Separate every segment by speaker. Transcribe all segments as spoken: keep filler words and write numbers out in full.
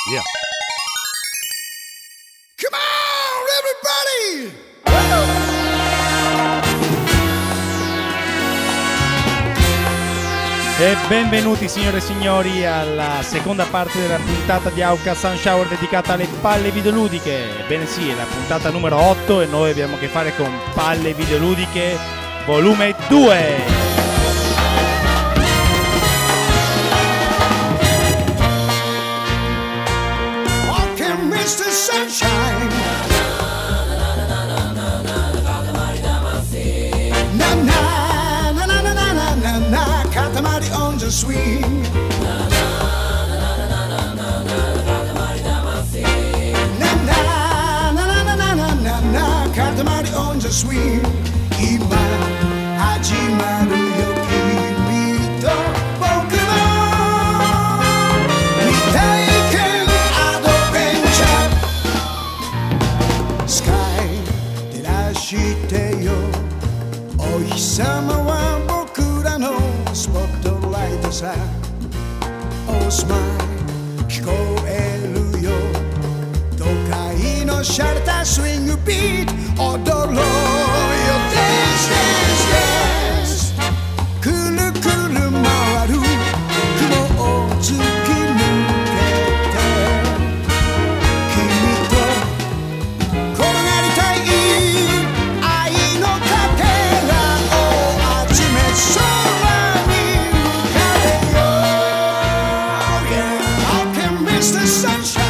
Speaker 1: Yeah.
Speaker 2: Come on, everybody!
Speaker 1: E benvenuti signore e signori alla seconda parte della puntata di Auka Sunshower dedicata alle palle videoludiche. Ebbene sì, è la puntata numero otto e noi abbiamo a che fare con palle videoludiche volume due.
Speaker 2: mister Sunshine. Na na na na na na na na na Katamari on the swing. Na na na na na na na na na Katamari on the swing. Ima hajimaru yo kimi to boku no mitaiken adventure. Sky 照らしてよお日様は僕らのスポットライトさ Oh smile 聞こえるよ都会のシャレたスイングビート踊ろうよ Dance dance dance くるくる回る雲を突き抜けて君と転がりたい愛のかけらを集め空に浮かべよう Yeah, how can mister Sunshine.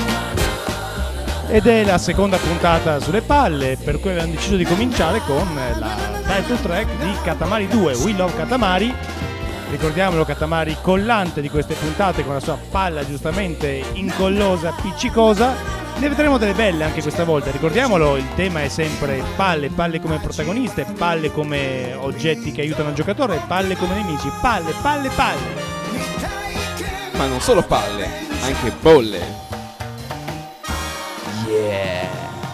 Speaker 1: Ed è la seconda puntata sulle palle, per cui abbiamo deciso di cominciare con la title track di Katamari due, We Love Katamari. Ricordiamolo, Katamari collante di queste puntate con la sua palla giustamente incollosa, appiccicosa. Ne vedremo delle belle anche questa volta, ricordiamolo, il tema è sempre palle, palle come protagoniste, palle come oggetti che aiutano il giocatore, palle come nemici, palle, palle, palle.
Speaker 3: Ma non solo palle, anche bolle. Yeah.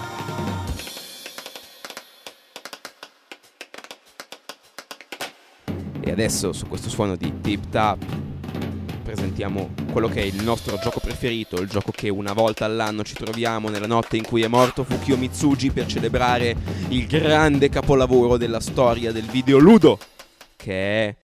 Speaker 3: E adesso su questo suono di Tip Tap presentiamo quello che è il nostro gioco preferito, il gioco che una volta all'anno ci troviamo nella notte in cui è morto Fukio Mitsuji per celebrare il grande capolavoro della storia del videoludo, che è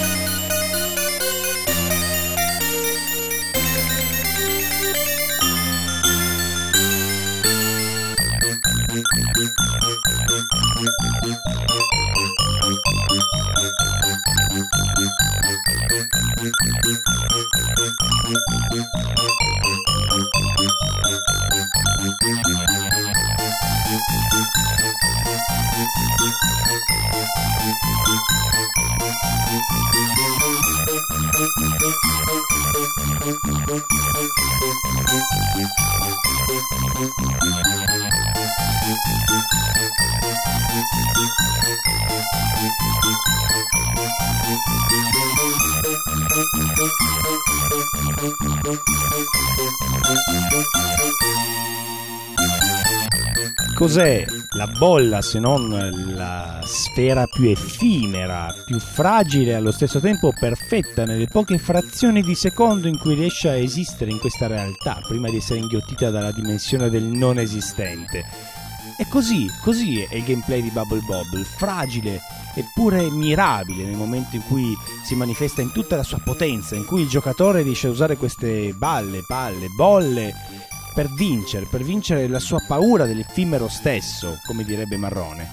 Speaker 1: Cos'è la bolla se non la sfera più effimera, più fragile e allo stesso tempo perfetta nelle poche frazioni di secondo in cui riesce a esistere in questa realtà prima di essere inghiottita dalla dimensione del non esistente? E così, così è il gameplay di Bubble Bobble, fragile eppure mirabile nel momento in cui si manifesta in tutta la sua potenza, in cui il giocatore riesce a usare queste balle, palle, bolle per vincere, per vincere la sua paura dell'effimero stesso, come direbbe Marrone.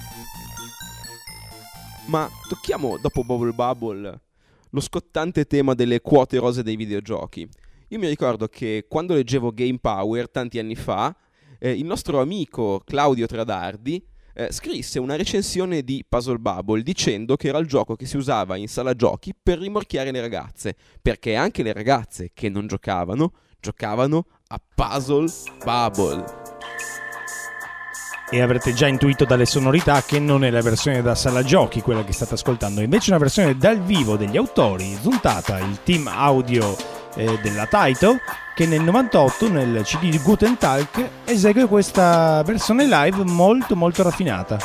Speaker 3: Ma tocchiamo, dopo Bubble Bubble, lo scottante tema delle quote rose dei videogiochi. Io mi ricordo che quando leggevo Game Power tanti anni fa, eh, il nostro amico Claudio Tradardi eh, scrisse una recensione di Puzzle Bubble dicendo che era il gioco che si usava in sala giochi per rimorchiare le ragazze, perché anche le ragazze che non giocavano, giocavano a Puzzle Bubble.
Speaker 1: E avrete già intuito dalle sonorità che non è la versione da sala giochi quella che state ascoltando, invece una versione dal vivo degli autori, Zuntata, il team audio eh, della Taito, che nel novantotto nel C D di Guten Tag esegue questa versione live molto molto raffinata.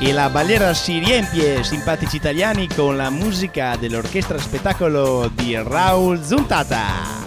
Speaker 1: e la balera si riempie, simpatici italiani, con la musica dell'orchestra spettacolo di Raul Zuntata.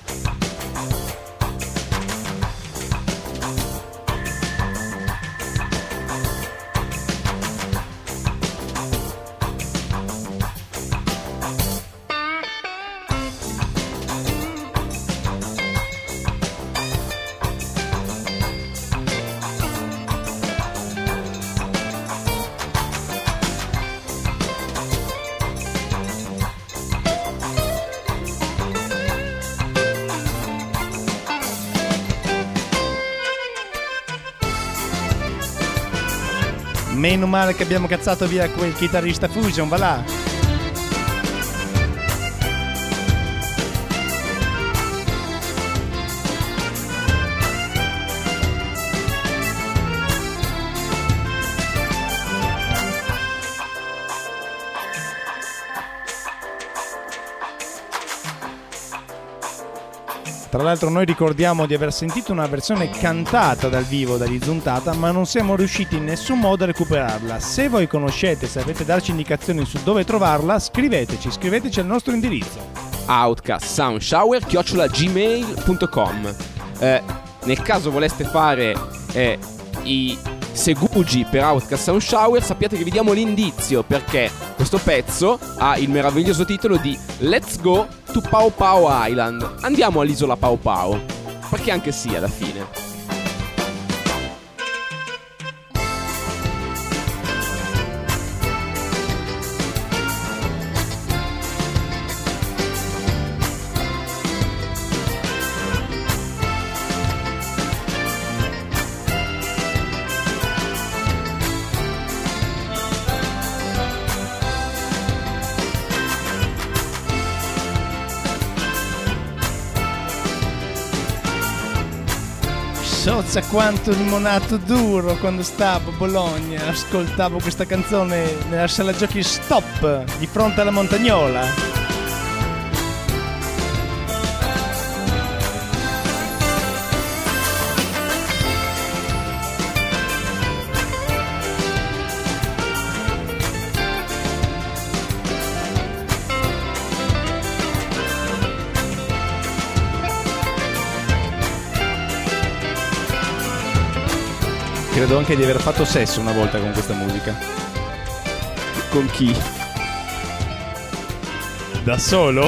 Speaker 1: Meno male che abbiamo cazzato via quel chitarrista fusion, va là. Tra l'altro noi ricordiamo di aver sentito una versione cantata dal vivo dagli Zuntata, ma non siamo riusciti in nessun modo a recuperarla. Se voi conoscete, sapete darci indicazioni su dove trovarla, scriveteci, scriveteci al nostro indirizzo
Speaker 3: outcastsoundshower chiocciola gmail punto com. eh, Nel caso voleste fare eh, i segugi per Outcast Sound Shower, sappiate che vi diamo l'indizio, perché questo pezzo ha il meraviglioso titolo di Let's Go to Pau Pau Island. Andiamo all'isola Pau Pau, perché anche sì, alla fine.
Speaker 1: Sozza quanto limonato duro quando stavo a Bologna, ascoltavo questa canzone nella sala giochi Stop di fronte alla Montagnola. Credo anche di aver fatto sesso una volta con questa musica.
Speaker 3: Con chi?
Speaker 1: Da solo?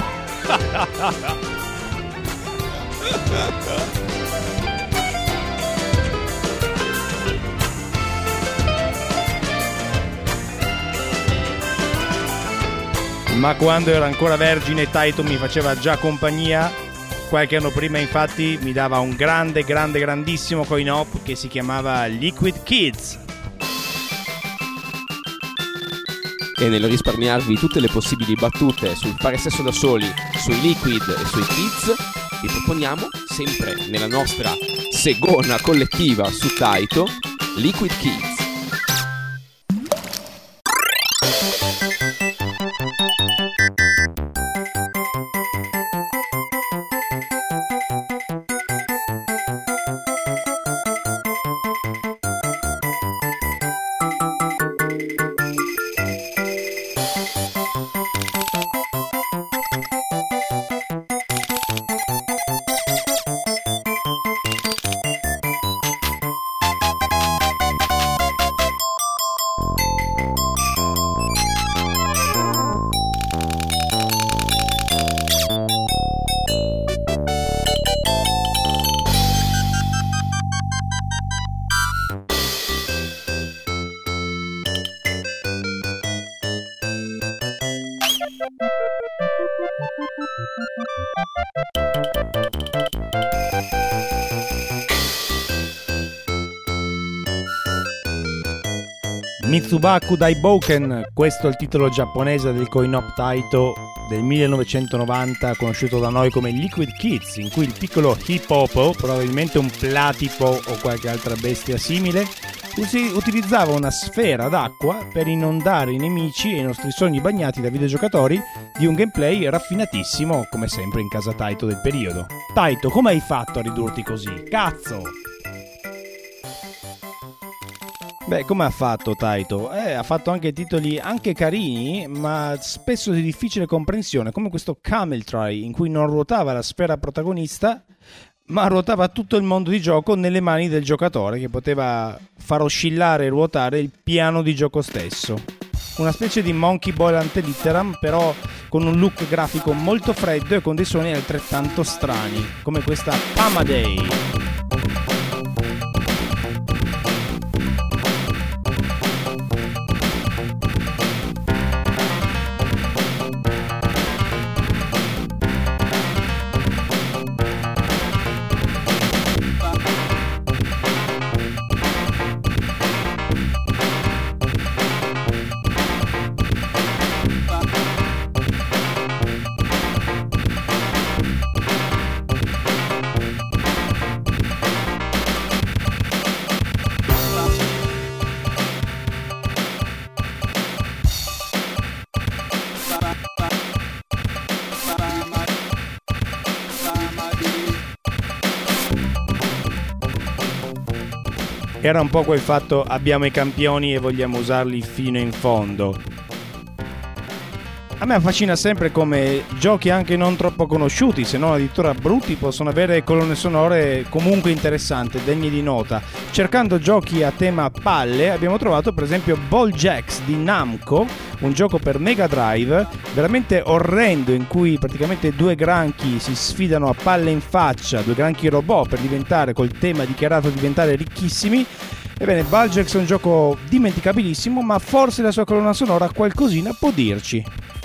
Speaker 1: Ma quando ero ancora vergine, Taito mi faceva già compagnia. Qualche anno prima infatti mi dava un grande, grande, grandissimo coin-op che si chiamava Liquid Kids.
Speaker 3: E nel risparmiarvi tutte le possibili battute sul fare sesso da soli, sui Liquid e sui Kids, vi proponiamo, sempre nella nostra segona collettiva su Taito, Liquid Kids.
Speaker 1: Mitsubaku Daibouken, questo è il titolo giapponese del coin-op Taito del millenovecentonovanta, conosciuto da noi come Liquid Kids, in cui il piccolo Hippopo, probabilmente un platipo o qualche altra bestia simile, usi- utilizzava una sfera d'acqua per inondare i nemici e i nostri sogni bagnati da videogiocatori di un gameplay raffinatissimo, come sempre in casa Taito del periodo. Taito, come hai fatto a ridurti così? Cazzo! Beh, come ha fatto Taito? Eh, ha fatto anche titoli anche carini, ma spesso di difficile comprensione, come questo Camel Try, in cui non ruotava la sfera protagonista, ma ruotava tutto il mondo di gioco nelle mani del giocatore, che poteva far oscillare e ruotare il piano di gioco stesso. Una specie di Monkey Ball ante litteram, però con un look grafico molto freddo e con dei suoni altrettanto strani, come questa Pamaday. Era un po' quel fatto: abbiamo i campioni e vogliamo usarli fino in fondo. A me affascina sempre come giochi anche non troppo conosciuti, se non addirittura brutti, possono avere colonne sonore comunque interessanti, degne di nota. Cercando giochi a tema palle abbiamo trovato per esempio Ball Jacks di Namco, un gioco per Mega Drive veramente orrendo, in cui praticamente due granchi si sfidano a palle in faccia, due granchi robot, per diventare, col tema dichiarato, diventare ricchissimi. Ebbene, Ball Jacks è un gioco dimenticabilissimo, ma forse la sua colonna sonora qualcosina può dirci.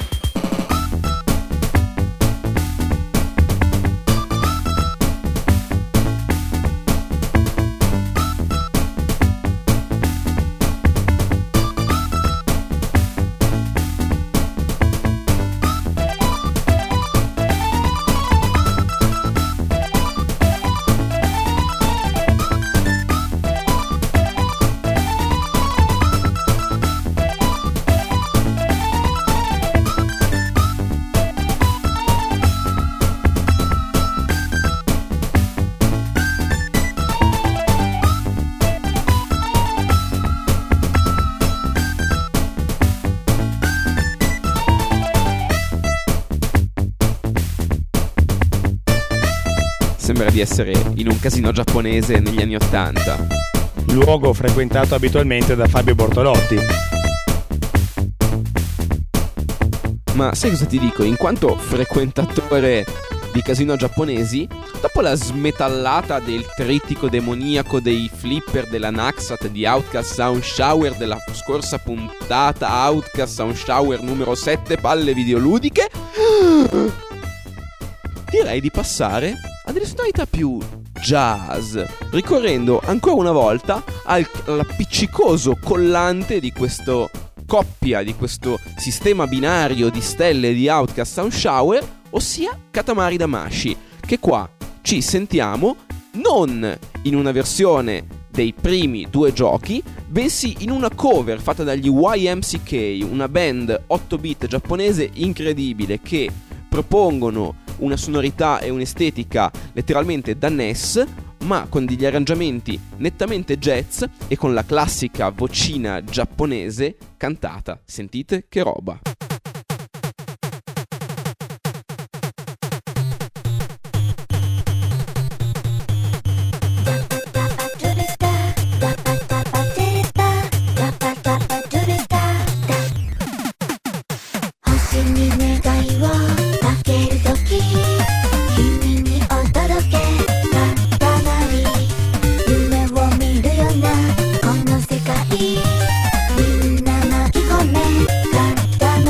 Speaker 3: Sembra di essere in un casino giapponese negli anni Ottanta.
Speaker 1: Luogo frequentato abitualmente da Fabio Bortolotti.
Speaker 3: Ma sai cosa ti dico? In quanto frequentatore di casino giapponesi, dopo la smetallata del trittico demoniaco dei flipper della Naxat di Outcast Sound Shower della scorsa puntata, Outcast Sound Shower numero sette, palle videoludiche, direi di passare a delle sonorità più jazz, ricorrendo ancora una volta al, all'appiccicoso collante di questo coppia, di questo sistema binario di stelle di Outcast Sound Shower, ossia Katamari Damacy, che qua ci sentiamo non in una versione dei primi due giochi, bensì in una cover fatta dagli Y M C K, una band otto bit giapponese incredibile che propongono una sonorità e un'estetica letteralmente da N E S, ma con degli arrangiamenti nettamente jazz e con la classica vocina giapponese cantata. Sentite che roba!
Speaker 4: Dun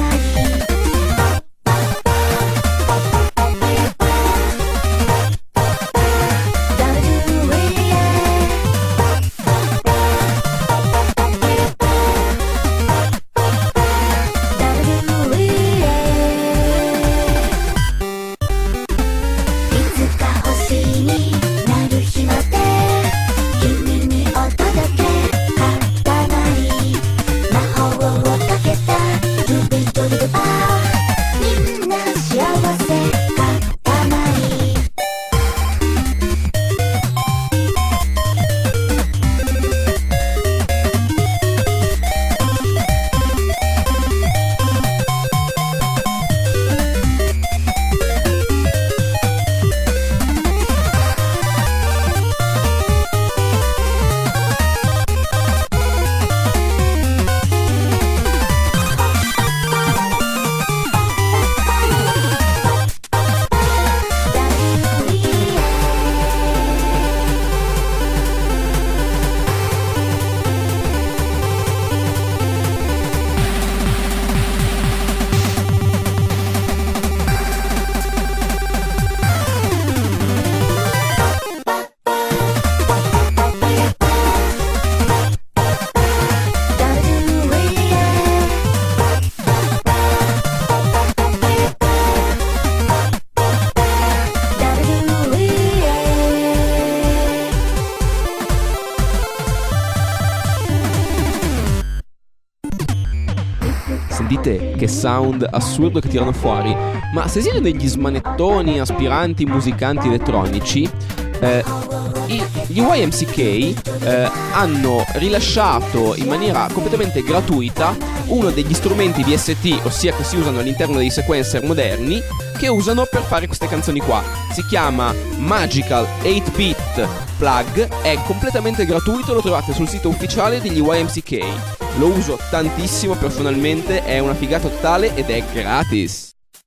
Speaker 3: Dite che sound assurdo che tirano fuori. Ma se siete degli smanettoni, aspiranti musicanti elettronici, eh, i, gli Y M C K eh, hanno rilasciato in maniera completamente gratuita uno degli strumenti V S T, ossia che si usano all'interno dei sequencer moderni, che usano per fare queste canzoni qua. Si chiama Magical otto bit Plug, è completamente gratuito, lo trovate sul sito ufficiale degli Y M C K. Lo uso tantissimo personalmente, è una figata totale ed è gratis.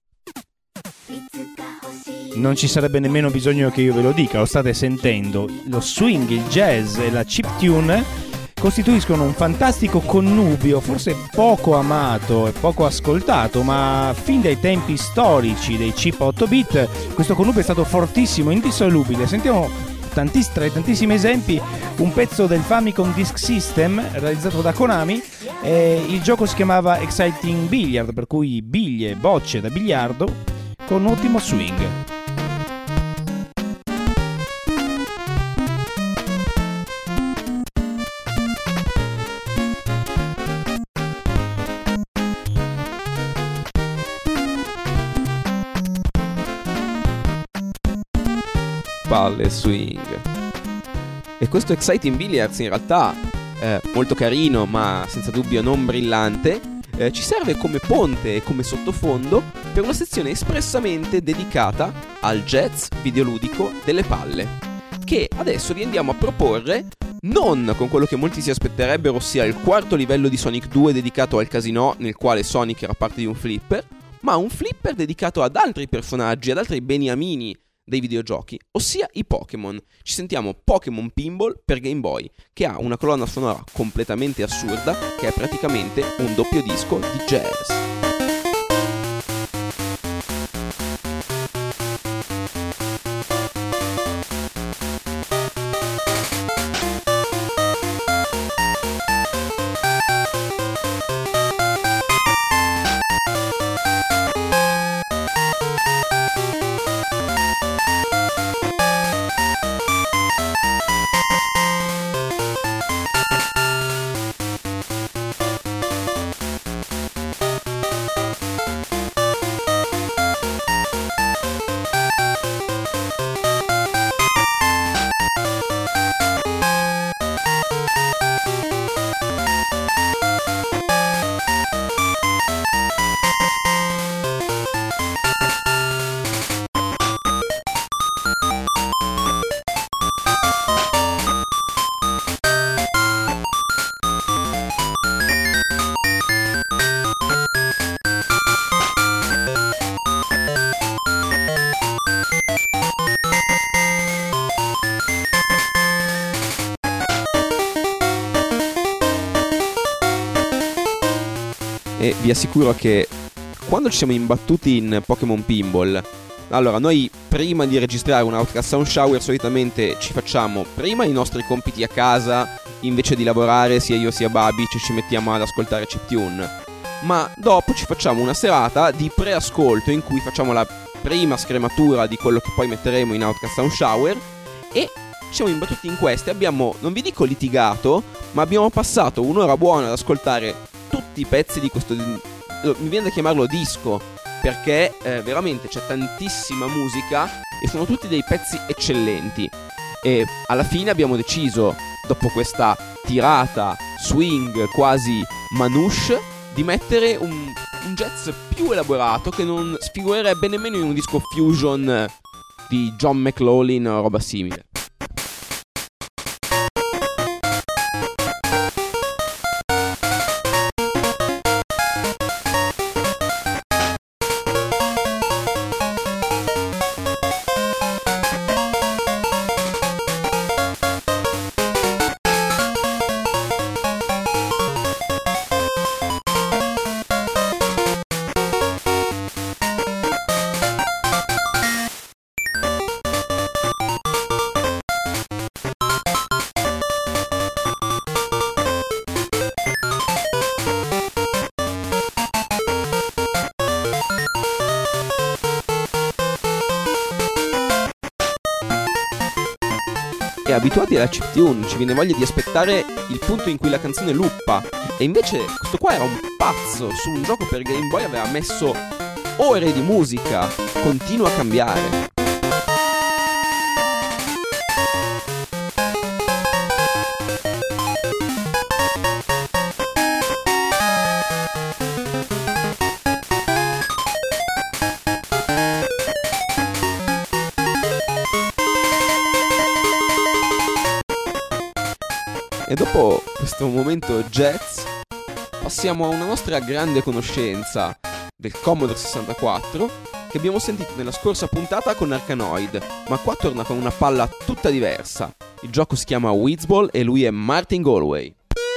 Speaker 1: Non ci sarebbe nemmeno bisogno che io ve lo dica, lo state sentendo. Lo swing, il jazz e la chiptune costituiscono un fantastico connubio, forse poco amato e poco ascoltato, ma fin dai tempi storici dei chip otto bit questo connubio è stato fortissimo, indissolubile. Sentiamo tantiss- tra i tantissimi esempi un pezzo del Famicom Disk System realizzato da Konami. E il gioco si chiamava Exciting Billiard, per cui biglie, bocce da biliardo con un ottimo swing.
Speaker 3: Palle swing. E questo Exciting Billiards in realtà è molto carino, ma senza dubbio non brillante. Eh, ci serve come ponte e come sottofondo per una sezione espressamente dedicata al jazz videoludico delle palle, che adesso vi andiamo a proporre non con quello che molti si aspetterebbero, ossia il quarto livello di Sonic due dedicato al casino, nel quale Sonic era parte di un flipper, ma un flipper dedicato ad altri personaggi, ad altri beniamini dei videogiochi, ossia i Pokémon. Ci sentiamo Pokémon Pinball per Game Boy, che ha una colonna sonora completamente assurda, che è praticamente un doppio disco di jazz. E vi assicuro che quando ci siamo imbattuti in Pokémon Pinball, allora noi prima di registrare un Outcast Sound Shower solitamente ci facciamo prima i nostri compiti a casa, invece di lavorare sia io sia Babi ci, ci mettiamo ad ascoltare chiptune, ma dopo ci facciamo una serata di preascolto in cui facciamo la prima scrematura di quello che poi metteremo in Outcast Sound Shower, e ci siamo imbattuti in queste, abbiamo, non vi dico litigato, ma abbiamo passato un'ora buona ad ascoltare tutti i pezzi di questo, mi viene da chiamarlo disco, perché eh, veramente c'è tantissima musica e sono tutti dei pezzi eccellenti. E alla fine abbiamo deciso, dopo questa tirata swing quasi manouche, di mettere un, un jazz più elaborato che non sfigurerebbe nemmeno in un disco fusion di John McLaughlin o roba simile. abituati alla chiptune, ci viene voglia di aspettare il punto in cui la canzone luppa, e invece questo qua era un pazzo, su un gioco per Game Boy aveva messo ore di musica, continua a cambiare. E dopo questo momento jazz passiamo a una nostra grande conoscenza del Commodore sessantaquattro che abbiamo sentito nella scorsa puntata con Arkanoid, ma qua torna con una palla tutta diversa. Il gioco si chiama Wizzball e lui è Martin Galway.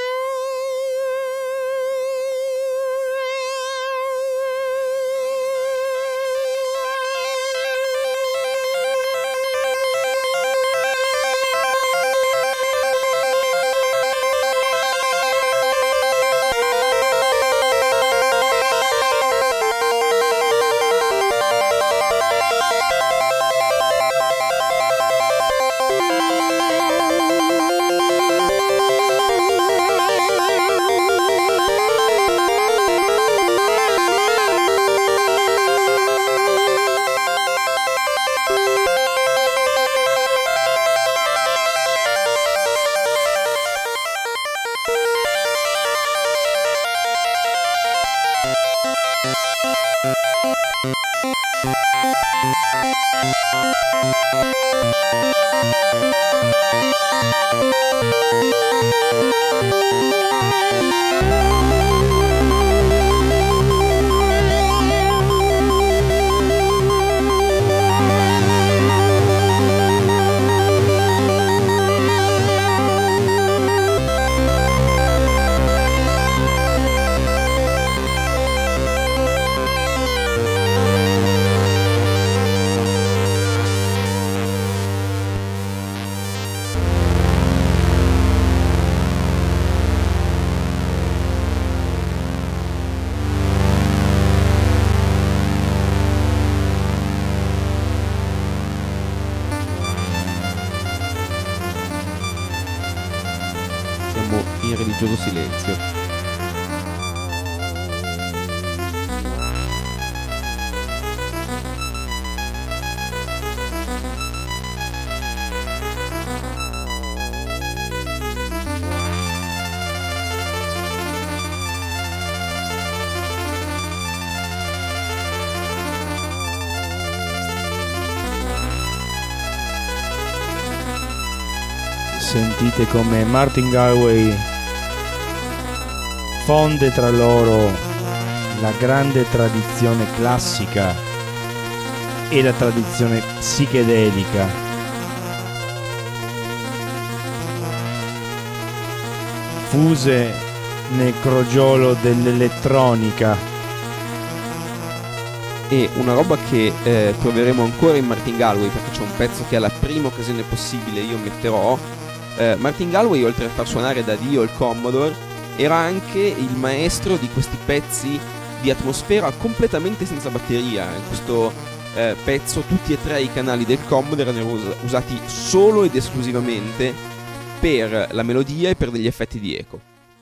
Speaker 3: In religioso silenzio.
Speaker 1: Sentite come Martin Galway fonde tra loro la grande tradizione classica e la tradizione psichedelica. Fuse nel crogiolo dell'elettronica.
Speaker 3: E una roba che eh, troveremo ancora in Martin Galway, perché c'è un pezzo che alla prima occasione possibile io metterò. eh, Martin Galway, oltre a far suonare da Dio il Commodore, era anche il maestro di questi pezzi di atmosfera completamente senza batteria. In questo eh, pezzo tutti e tre i canali del Commodore erano us- usati solo ed esclusivamente per la melodia e per degli effetti di eco.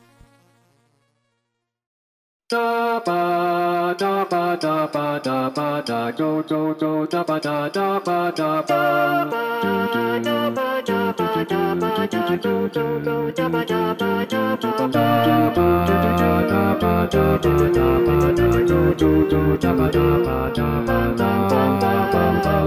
Speaker 4: Da ba da ba da ba da ba da do do do da ba da da ba da ba do do da ba da ba da ba do do do do da ba da ba da ba da ba do do da ba da ba da ba do do do da ba da ba da ba da ba ba ba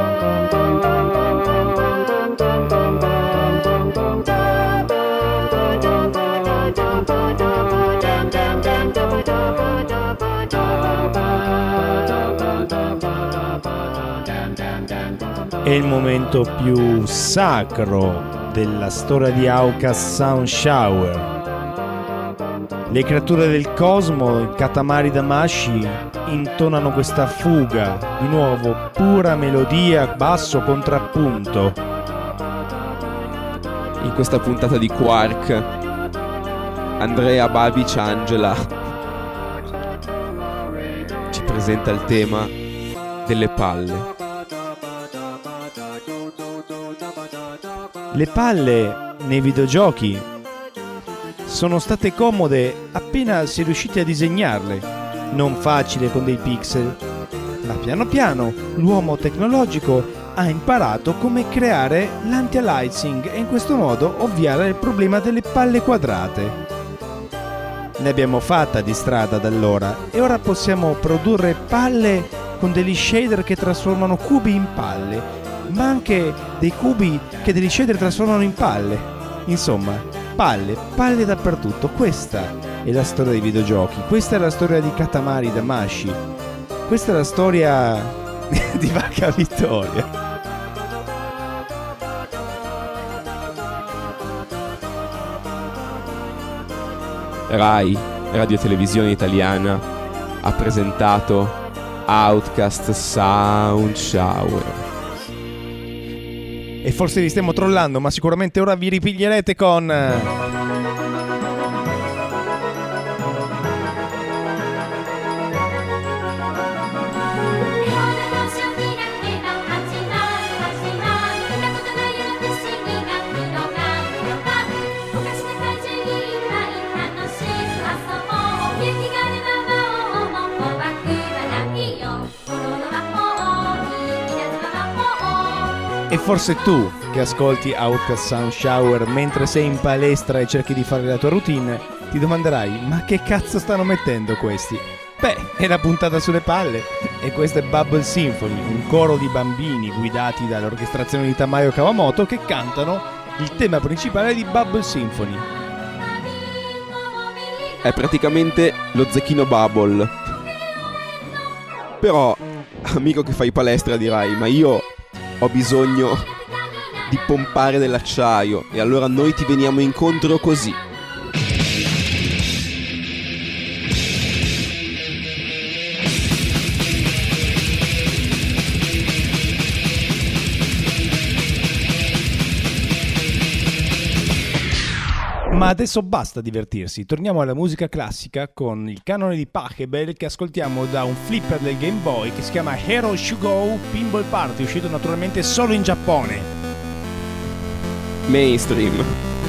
Speaker 1: È il momento più sacro della storia di Aucas Sound Shower. Le creature del cosmo, i Katamari Damacy, intonano questa fuga, di nuovo pura melodia, basso contrappunto.
Speaker 3: In questa puntata di Quark, Andrea Babic Angela ci presenta il tema delle palle.
Speaker 1: Le palle nei videogiochi sono state comode appena si è riusciti a disegnarle. Non facile con dei pixel, ma piano piano l'uomo tecnologico ha imparato come creare l'anti-aliasing e in questo modo ovviare il problema delle palle quadrate. Ne abbiamo fatta di strada da allora e ora possiamo produrre palle con degli shader che trasformano cubi in palle, ma anche dei cubi che degli shader trasformano in palle. Insomma, palle, palle dappertutto. Questa è la storia dei videogiochi, questa è la storia di Katamari Damacy, questa è la storia di Vacca Vittoria.
Speaker 3: Rai, Radio Televisione Italiana, ha presentato Outcast Sound Shower.
Speaker 1: E forse vi stiamo trollando, ma sicuramente ora vi ripiglierete con... E forse tu che ascolti Outcast Sound Shower mentre sei in palestra e cerchi di fare la tua routine, ti domanderai: ma che cazzo stanno mettendo questi? Beh, è la puntata sulle palle. E questo è Bubble Symphony, un coro di bambini guidati dall'orchestrazione di Tamayo Kawamoto che cantano il tema principale di Bubble Symphony.
Speaker 3: È praticamente lo Zecchino Bubble. Però, amico che fai palestra, dirai: ma io ho bisogno di pompare dell'acciaio, e allora noi ti veniamo incontro così.
Speaker 1: Ma adesso basta divertirsi, torniamo alla musica classica con il canone di Pachelbel che ascoltiamo da un flipper del Game Boy che si chiama Hero Shugo Pinball Party, uscito naturalmente solo in Giappone.
Speaker 3: Mainstream.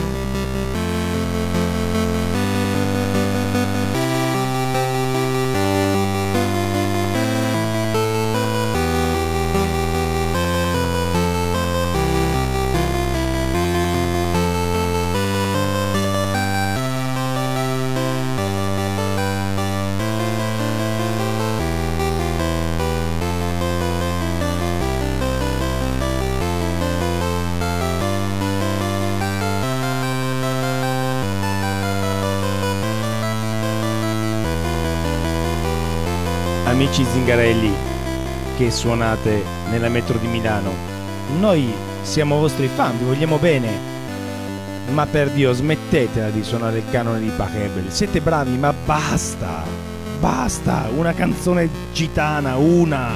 Speaker 1: Amici zingarelli che suonate nella metro di Milano, noi siamo vostri fan, vi vogliamo bene, ma per Dio smettetela di suonare il canone di Pachelbel, siete bravi ma basta, basta, una canzone gitana, una.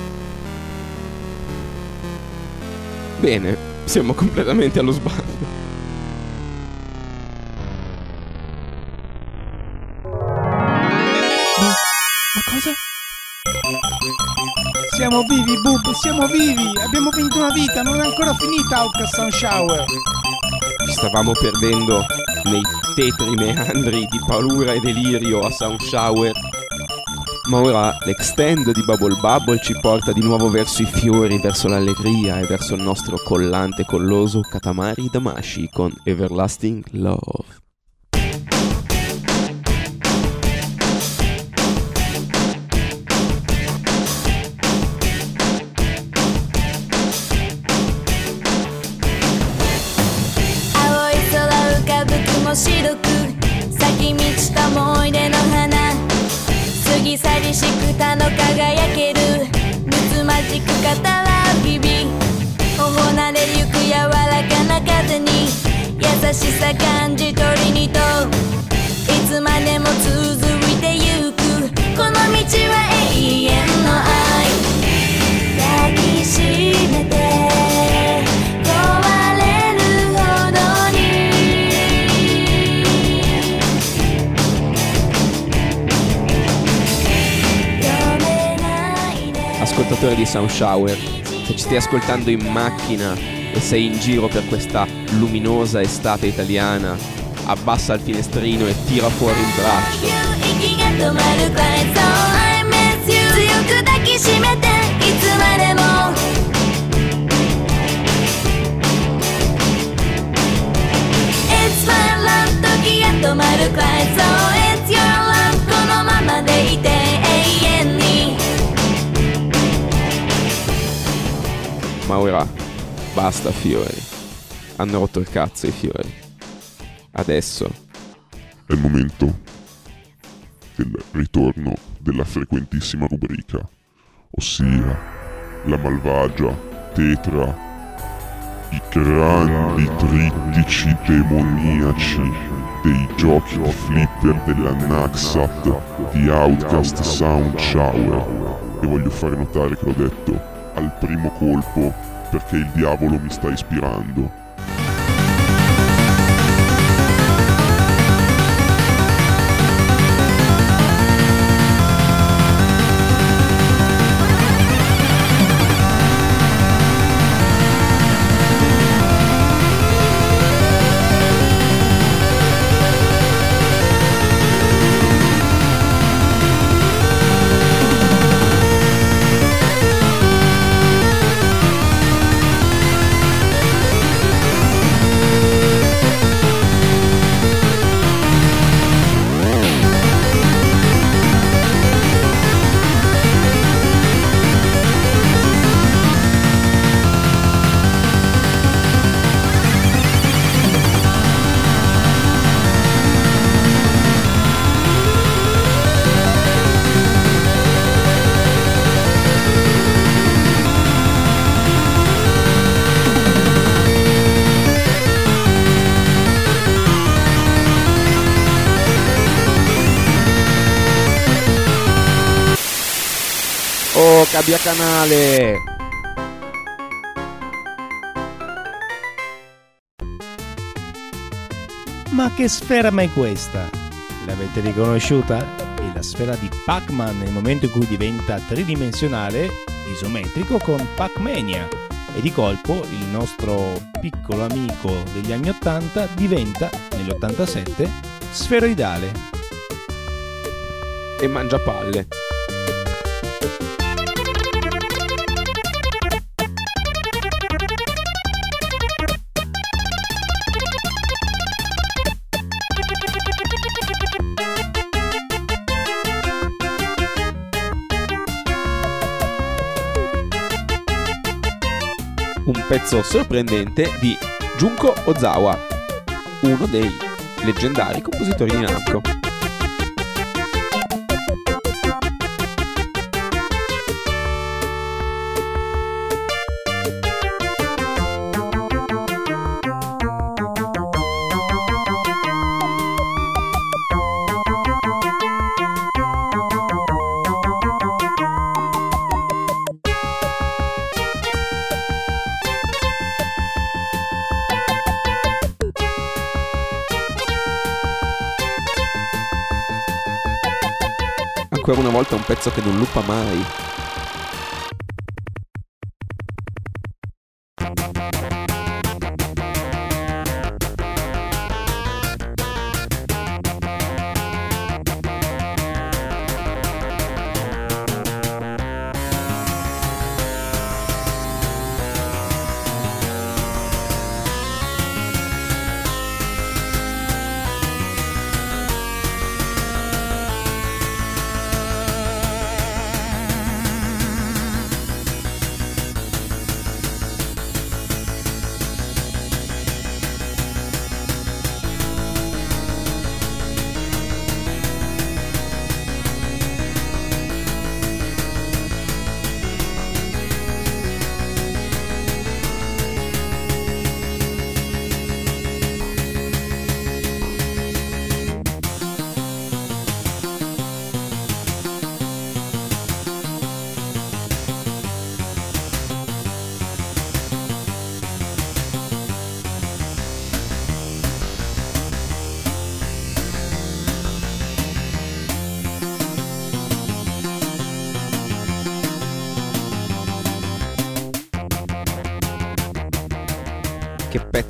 Speaker 3: Bene, siamo completamente allo sbando.
Speaker 1: Ma cosa? Siamo vivi, Bub, siamo vivi! Abbiamo vinto una vita, non è ancora finita Outcast Sound Shower!
Speaker 3: Ci stavamo perdendo nei tetri meandri di paura e delirio a Sound Shower, ma ora l'extend di Bubble Bubble ci porta di nuovo verso i fiori, verso l'allegria e verso il nostro collante colloso Katamari Damacy con Everlasting Love. Ascoltatore di Sound Shower, se ci stai ascoltando in macchina e sei in giro per questa luminosa estate italiana, abbassa il finestrino e tira fuori il braccio.
Speaker 5: It's my love, 時が止まるくらい So it's your love このままでいて永遠に
Speaker 3: Ma ora basta fiori. Hanno rotto il cazzo i fiori. Adesso
Speaker 6: È il momento del ritorno della frequentissima rubrica, ossia la malvagia tetra, i grandi trittici demoniaci dei giochi di flipper della Naxat di Outcast Sound Shower. E voglio fare notare che l'ho detto al primo colpo perché il diavolo mi sta ispirando.
Speaker 3: Oh, cambia canale!
Speaker 1: Ma che sfera mai questa? L'avete riconosciuta? È la sfera di Pac-Man nel momento in cui diventa tridimensionale, isometrico con Pac-Mania. E di colpo il nostro piccolo amico degli anni ottanta diventa, nell'ottantasette, sferoidale.
Speaker 3: E mangia palle. Un pezzo sorprendente di Junko Ozawa, uno dei leggendari compositori di Namco. Ancora una volta un pezzo che non lupa mai.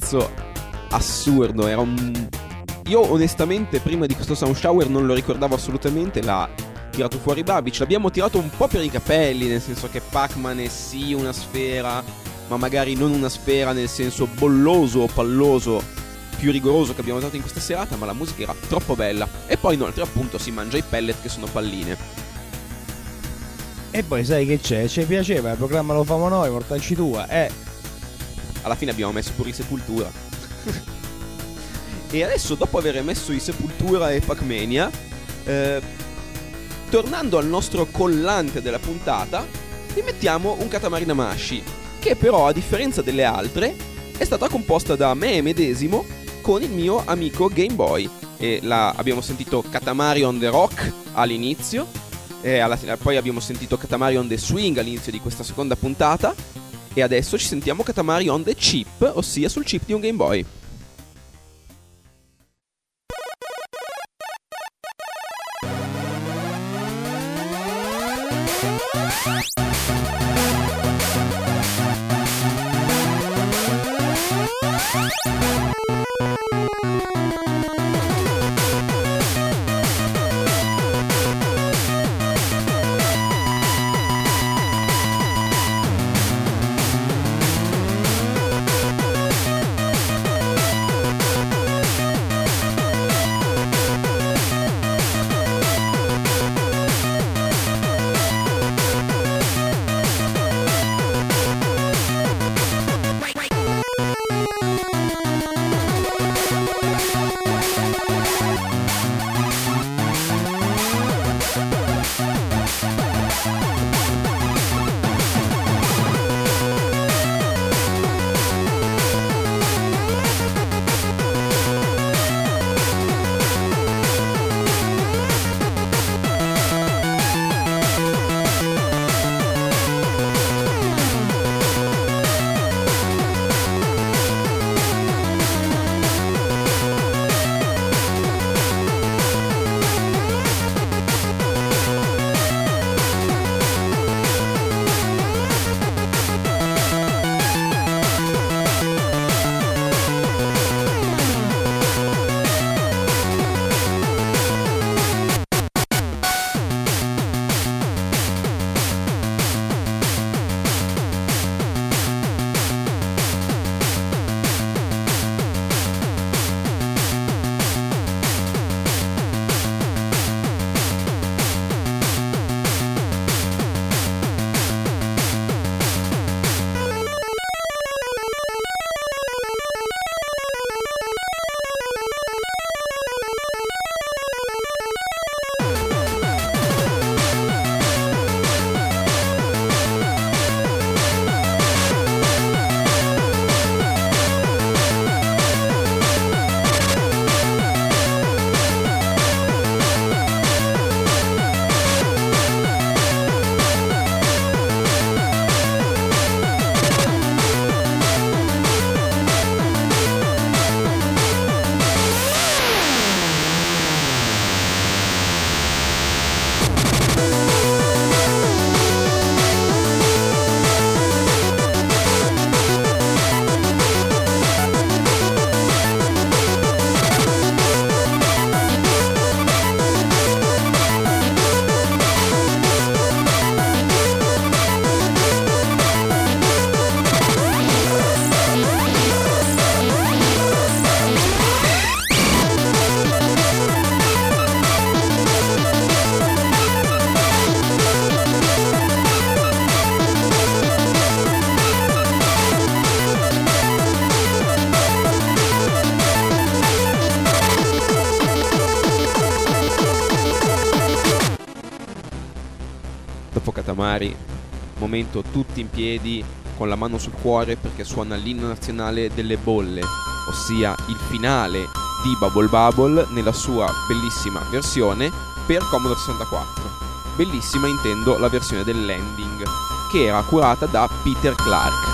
Speaker 3: pezzo assurdo, era un... Io onestamente prima di questo Sound Shower non lo ricordavo assolutamente, l'ha tirato fuori Babic, l'abbiamo tirato un po' per i capelli, nel senso che Pac-Man è sì una sfera, ma magari non una sfera nel senso bolloso o palloso più rigoroso che abbiamo usato in questa serata, ma la musica era troppo bella. E poi inoltre appunto si mangia i pellet che sono palline.
Speaker 1: E poi sai che c'è? Ci piaceva, il programma lo famo noi, mortacci tua, eh.
Speaker 3: Alla fine abbiamo messo pure i Sepultura. E adesso, dopo aver messo i Sepultura e Pac-Mania, eh, tornando al nostro collante della puntata, vi mettiamo un Katamari Damacy, che però, a differenza delle altre, è stata composta da me medesimo con il mio amico Game Boy. E la, abbiamo sentito Katamari on the Rock all'inizio, e alla, poi abbiamo sentito Katamari on the Swing all'inizio di questa seconda puntata, e adesso ci sentiamo Katamari on the Chip, ossia sul chip di un Game Boy. Katamari, momento tutti in piedi con la mano sul cuore perché suona l'inno nazionale delle bolle, ossia il finale di Bubble Bubble nella sua bellissima versione per Commodore sessantaquattro. Bellissima intendo la versione dell'ending, che era curata da Peter Clark.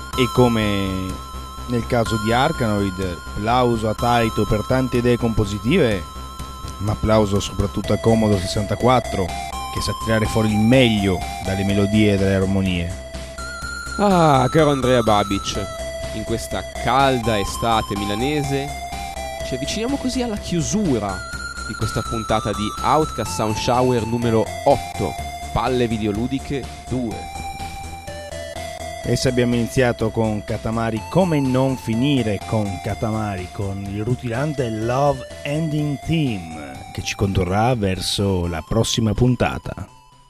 Speaker 1: E come nel caso di Arkanoid, plauso a Taito per tante idee compositive, ma plauso soprattutto a Commodore sessantaquattro, che sa tirare fuori il meglio dalle melodie e dalle armonie.
Speaker 3: Ah, caro Andrea Babic, in questa calda estate milanese ci avviciniamo così alla chiusura di questa puntata di Outcast Sound Shower numero otto, Palle Videoludiche due.
Speaker 1: E se abbiamo iniziato con Katamari, come non finire con Katamari, con il rutilante Love Ending Theme che ci condurrà verso la prossima puntata.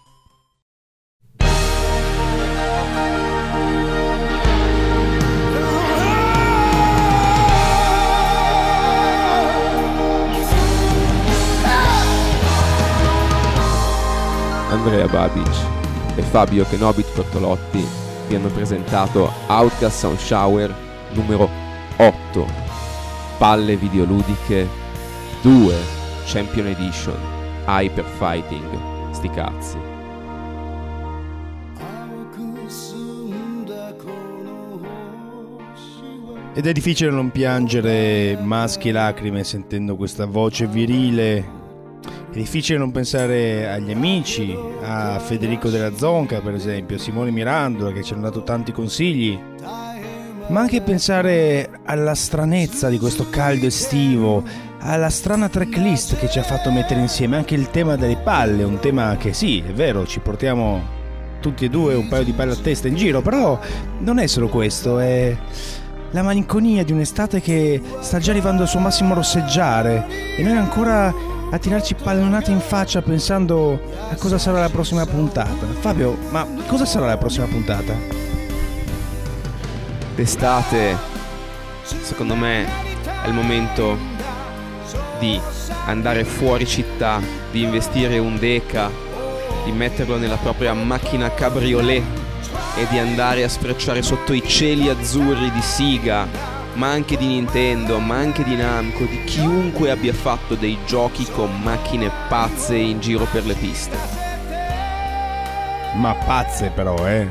Speaker 3: Andrea Babic e Fabio Kenobit Cortolotti vi hanno presentato Outcast Sound Shower numero otto, Palle Videoludiche due Champion Edition Hyper Fighting. Sti cazzi.
Speaker 1: Ed è difficile non piangere maschi e lacrime sentendo questa voce virile. È difficile non pensare agli amici, a Federico della Zonca per esempio, a Simone Mirandola che ci hanno dato tanti consigli, ma anche pensare alla stranezza di questo caldo estivo, alla strana tracklist che ci ha fatto mettere insieme anche il tema delle palle, un tema che sì, è vero, ci portiamo tutti e due un paio di palle a testa in giro, però non è solo questo, è la malinconia di un'estate che sta già arrivando al suo massimo rosseggiare e noi ancora a tirarci pallonate in faccia pensando a cosa sarà la prossima puntata. Fabio, ma cosa sarà la prossima puntata?
Speaker 3: D'estate, secondo me, è il momento di andare fuori città, di investire un deca, di metterlo nella propria macchina cabriolet e di andare a sfrecciare sotto i cieli azzurri di Sega, ma anche di Nintendo, ma anche di Namco, di chiunque abbia fatto dei giochi con macchine pazze in giro per le piste.
Speaker 1: Ma pazze però, eh.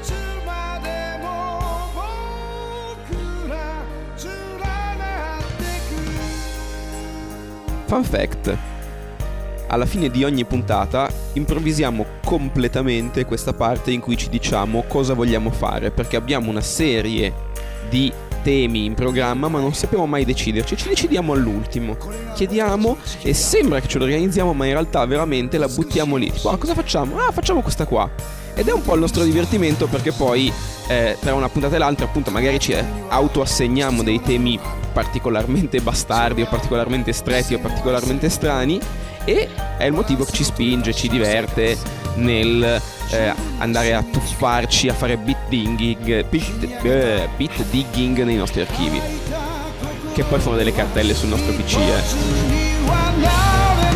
Speaker 3: Fun fact: alla fine di ogni puntata improvvisiamo completamente questa parte in cui ci diciamo cosa vogliamo fare, perché abbiamo una serie di temi in programma ma non sappiamo mai deciderci, ci decidiamo all'ultimo, chiediamo e sembra che ce lo organizziamo ma in realtà veramente la buttiamo lì, tipo, ah, cosa facciamo? Ah, facciamo questa qua, ed è un po' il nostro divertimento perché poi eh, tra una puntata e l'altra appunto magari ci autoassegniamo dei temi particolarmente bastardi o particolarmente stretti o particolarmente strani, e è il motivo che ci spinge, ci diverte nel eh, andare a tuffarci a fare beat digging, beat, eh, beat digging nei nostri archivi, che poi fanno delle cartelle sul nostro P C, eh.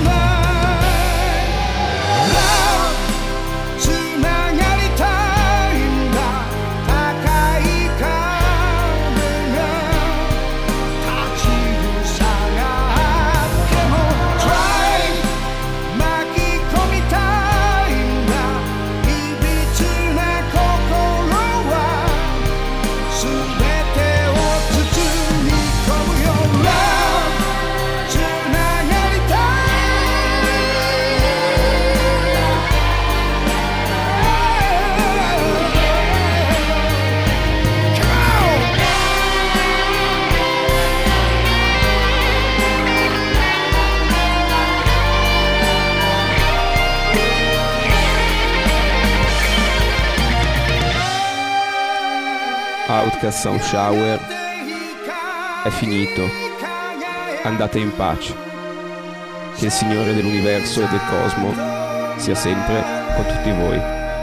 Speaker 3: Outcast Sound Shower è finito. Andate in pace. Che il Signore dell'universo e del cosmo sia sempre con tutti voi.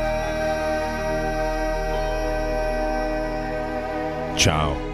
Speaker 1: Ciao.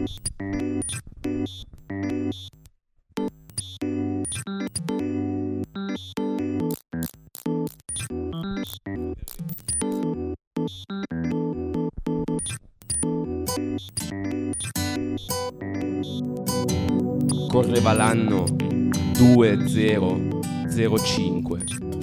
Speaker 3: Correva l'anno duemilacinque.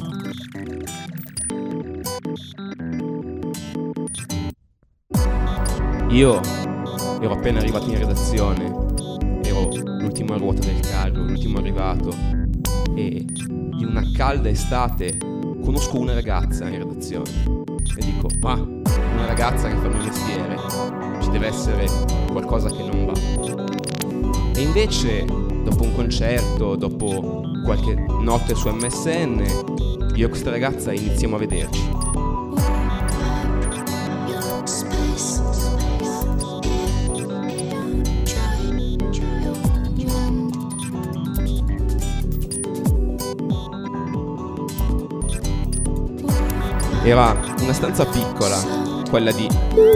Speaker 3: Io ero appena arrivato in redazione, ero l'ultimo a ruota del carro, l'ultimo arrivato, e in una calda estate conosco una ragazza in redazione e dico: ah, una ragazza che fa il mio mestiere, ci deve essere qualcosa che non va. E invece, dopo un concerto, dopo qualche notte su M S N, io e questa ragazza iniziamo a vederci. Era una stanza piccola, quella di...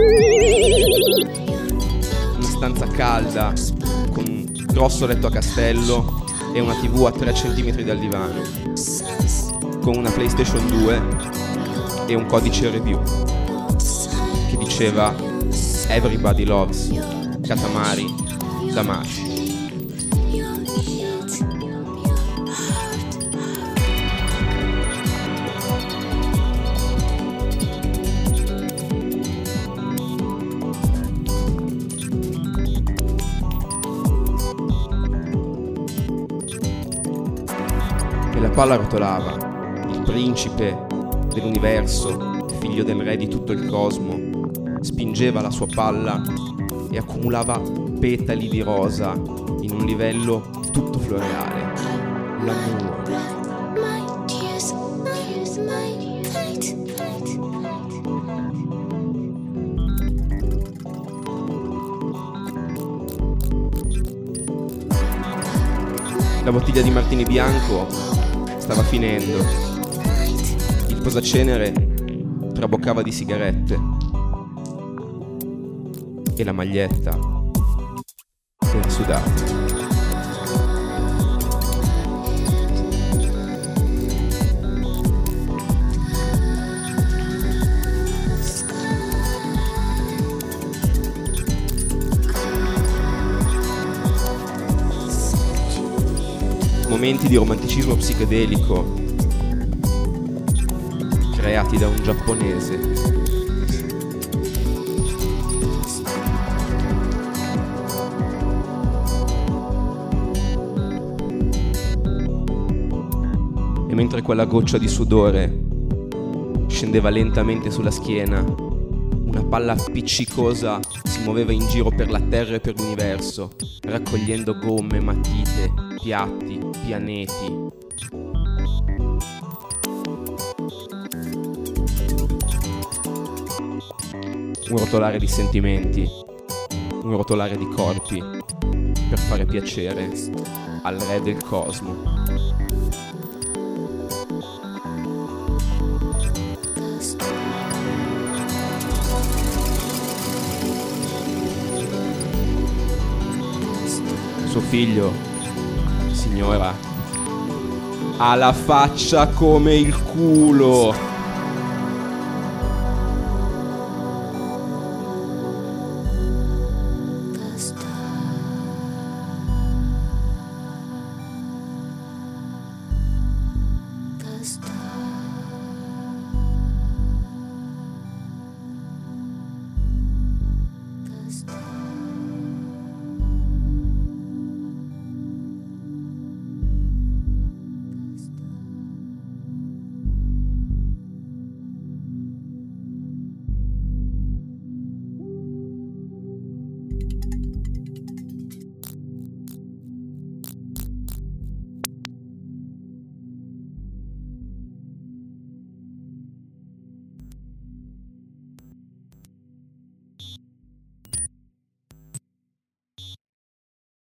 Speaker 3: una stanza calda, con un grosso letto a castello e una tivù a tre centimetri dal divano, con una PlayStation due e un codice review che diceva Everybody Loves Katamari Damacy. E la palla rotolava, il principe dell'universo, figlio del re di tutto il cosmo, spingeva la sua palla e accumulava petali di rosa in un livello tutto floreale. L'amore. La bottiglia di martini bianco stava finendo. Il posacenere traboccava di sigarette. E la maglietta era sudata. Momenti di romanticismo psichedelico creati da un giapponese. E mentre quella goccia di sudore scendeva lentamente sulla schiena, una palla appiccicosa si muoveva in giro per la terra e per l'universo, raccogliendo gomme, matite, piatti, pianeti. Un rotolare di sentimenti, un rotolare di corpi, per fare piacere al re del cosmo. Suo figlio, signora, ha la faccia come il culo.